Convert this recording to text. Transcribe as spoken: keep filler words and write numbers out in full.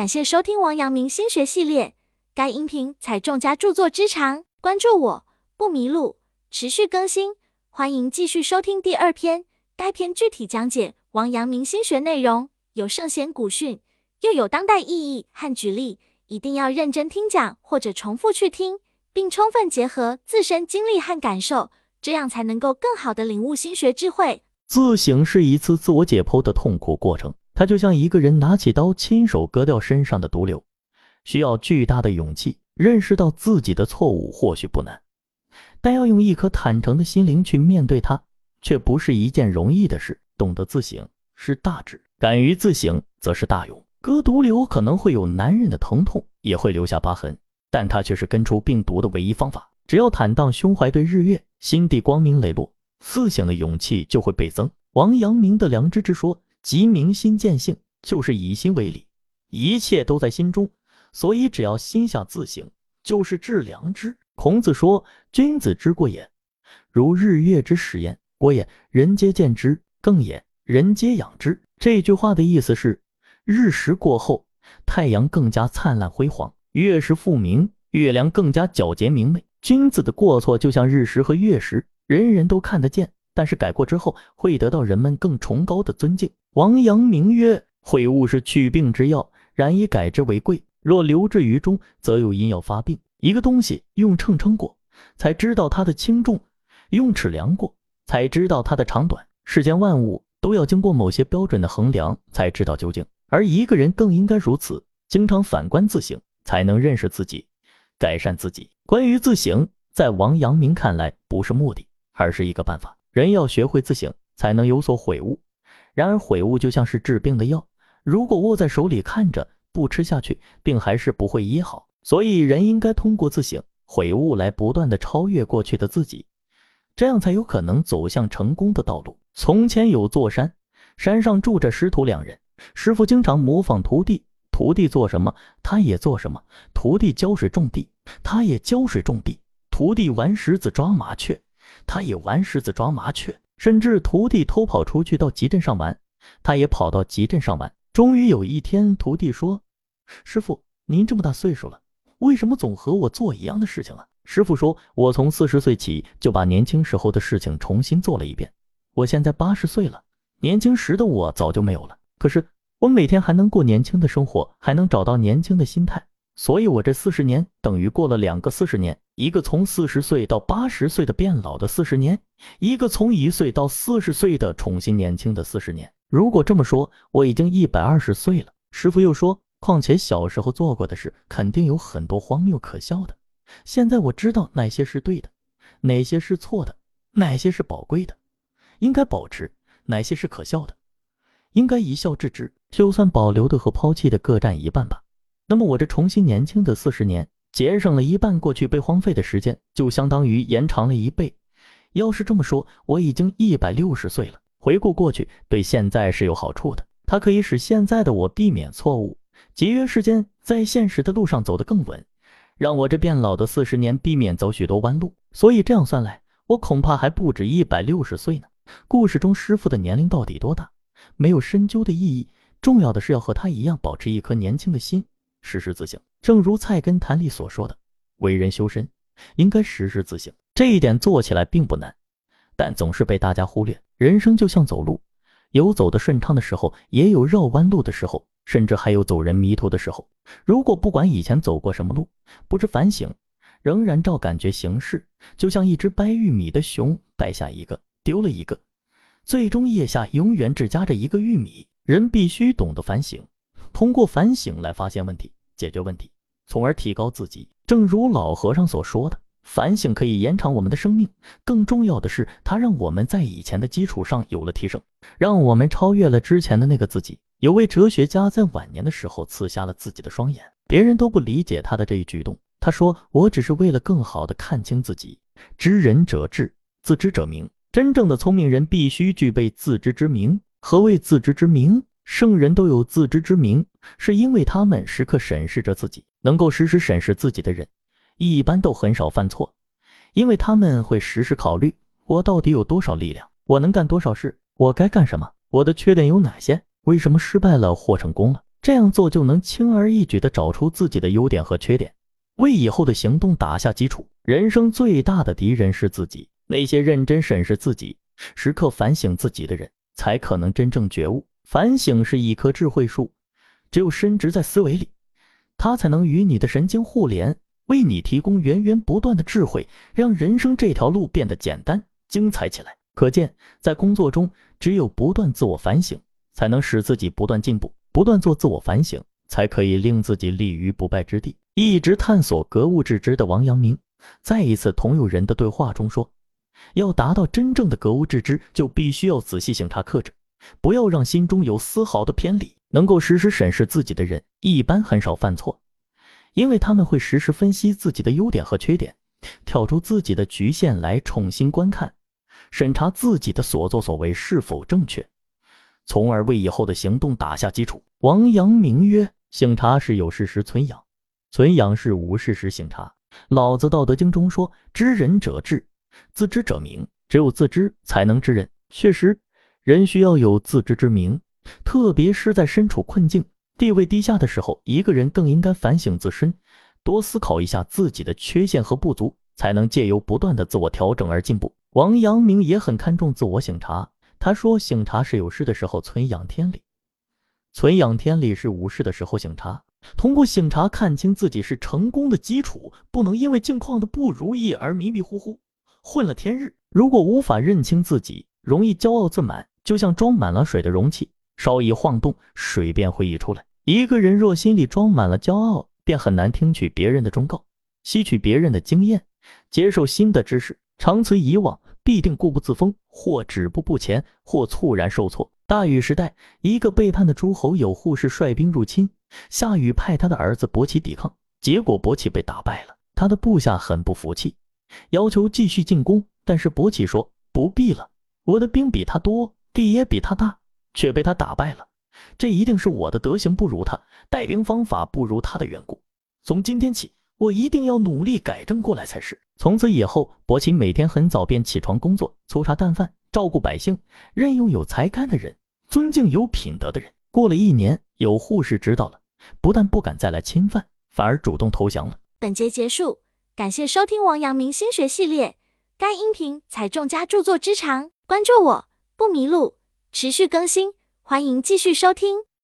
感谢收听王阳明心学系列，该音频采众家著作之长，关注我不迷路，持续更新，欢迎继续收听第二篇。该篇具体讲解王阳明心学内容，有圣贤古训，又有当代意义和举例，一定要认真听讲或者重复去听，并充分结合自身经历和感受，这样才能够更好地领悟心学智慧。 自省是一次自我解剖的痛苦过程，它就像一个人拿起刀亲手割掉身上的毒瘤，需要巨大的勇气。认识到自己的错误或许不难，但要用一颗坦诚的心灵去面对它，却不是一件容易的事。懂得自省是大智，敢于自省则是大勇。割毒瘤可能会有难忍的疼痛，也会留下疤痕，但它却是根除病毒的唯一方法。只要坦荡胸怀对日月，心地光明磊落，自省的勇气就会倍增。王阳明的良知之说，即明心见性，就是以心为理，一切都在心中，所以只要心下自省，就是致良知。孔子说，君子之过也，如日月之食焉，过也，人皆见之，更也，人皆养之。这句话的意思是，日食过后，太阳更加灿烂辉煌，月食复明，月亮更加皎洁明媚。君子的过错就像日食和月食，人人都看得见，但是改过之后会得到人们更崇高的尊敬。王阳明曰，悔悟是去病之药，然以改之为贵，若留之于中，则有因要发病。一个东西用秤称过，才知道它的轻重，用尺量过，才知道它的长短。世间万物都要经过某些标准的衡量，才知道究竟，而一个人更应该如此，经常反观自省，才能认识自己，改善自己。关于自省，在王阳明看来不是目的，而是一个办法。人要学会自省，才能有所悔悟。然而悔悟就像是治病的药，如果握在手里看着不吃下去，病还是不会医好。所以人应该通过自省悔悟来不断的超越过去的自己，这样才有可能走向成功的道路。从前有座山，山上住着师徒两人，师傅经常模仿徒弟，徒弟做什么他也做什么，徒弟浇水种地他也浇水种地，徒弟玩石子抓麻雀他也玩石子抓麻雀，甚至徒弟偷跑出去到集镇上玩，他也跑到集镇上玩。终于有一天，徒弟说，师傅，您这么大岁数了，为什么总和我做一样的事情啊？师傅说，我从四十岁起就把年轻时候的事情重新做了一遍，我现在八十岁了，年轻时的我早就没有了，可是我每天还能过年轻的生活，还能找到年轻的心态，所以我这四十年等于过了两个四十年，一个从四十岁到八十岁的变老的四十年，一个从一岁到四十岁的重新年轻的四十年。如果这么说，我已经一百二十岁了。师傅又说，况且小时候做过的事肯定有很多荒谬可笑的，现在我知道哪些是对的，哪些是错的，哪些是宝贵的，应该保持，哪些是可笑的，应该一笑置之，就算保留的和抛弃的各占一半吧。那么我这重新年轻的四十年，节省了一半过去被荒废的时间，就相当于延长了一倍。要是这么说，我已经一百六十岁了。回顾过去对现在是有好处的，它可以使现在的我避免错误，节约时间，在现实的路上走得更稳，让我这变老的四十年避免走许多弯路。所以这样算来，我恐怕还不止一百六十岁呢。故事中师傅的年龄到底多大，没有深究的意义，重要的是要和他一样保持一颗年轻的心，时时自省。正如菜根谭里所说的，为人修身应该时时自省，这一点做起来并不难，但总是被大家忽略。人生就像走路，有走得顺畅的时候，也有绕弯路的时候，甚至还有走人迷途的时候。如果不管以前走过什么路，不知反省，仍然照感觉行事，就像一只掰玉米的熊，带下一个丢了一个，最终腋下永远只夹着一个玉米。人必须懂得反省，通过反省来发现问题，解决问题，从而提高自己。正如老和尚所说的，反省可以延长我们的生命，更重要的是它让我们在以前的基础上有了提升，让我们超越了之前的那个自己。有位哲学家在晚年的时候刺瞎了自己的双眼，别人都不理解他的这一举动。他说，我只是为了更好地看清自己。知人者智，自知者明。真正的聪明人必须具备自知之明。何谓自知之明？圣人都有自知之明，是因为他们时刻审视着自己。能够时时审视自己的人，一般都很少犯错，因为他们会时时考虑，我到底有多少力量，我能干多少事，我该干什么，我的缺点有哪些，为什么失败了或成功了。 这样做就能轻而易举地找出自己的优点和缺点，为以后的行动打下基础。人生最大的敌人是自己，那些认真审视自己、时刻反省自己的人，才可能真正觉悟。反省是一棵智慧树，只有深植在思维里，它才能与你的神经互联，为你提供源源不断的智慧，让人生这条路变得简单精彩起来。可见，在工作中，只有不断自我反省，才能使自己不断进步，不断做自我反省，才可以令自己立于不败之地。一直探索格物致知的王阳明，在一次同友人的对话中说，要达到真正的格物致知，就必须要仔细省察克制，不要让心中有丝毫的偏离。能够时时审视自己的人，一般很少犯错，因为他们会时时分析自己的优点和缺点，跳出自己的局限来重新观看，审查自己的所作所为是否正确，从而为以后的行动打下基础。王阳明曰：省察是有事时存养，存养是无事时省察。老子道德经中说，知人者智，自知者明，只有自知才能知人。确实，人需要有自知之明，特别是在身处困境、地位低下的时候，一个人更应该反省自身，多思考一下自己的缺陷和不足，才能借由不断的自我调整而进步。王阳明也很看重自我省察，他说，省察是有事的时候存养天理，存养天理是无事的时候省察。通过省察看清自己是成功的基础，不能因为境况的不如意而迷迷糊糊混了天日。如果无法认清自己，容易骄傲自满，就像装满了水的容器，稍一晃动，水便会溢出来。一个人若心里装满了骄傲，便很难听取别人的忠告，吸取别人的经验，接受新的知识，长此以往，必定固步自封，或止步不前，或猝然受挫。大禹时代，一个背叛的诸侯有护士率兵入侵，夏禹派他的儿子伯奇抵抗，结果伯奇被打败了。他的部下很不服气，要求继续进攻，但是伯奇说，不必了，我的兵比他多，地也比他大，却被他打败了，这一定是我的德行不如他，带兵方法不如他的缘故。从今天起，我一定要努力改正过来才是。从此以后，伯奇每天很早便起床工作，粗茶淡饭，照顾百姓，任用有才干的人，尊敬有品德的人。过了一年，有护士知道了，不但不敢再来侵犯，反而主动投降了。 本节结束，感谢收听王阳明心学系列。该音频采众家著作之长，关注我不迷路，持续更新，欢迎继续收听。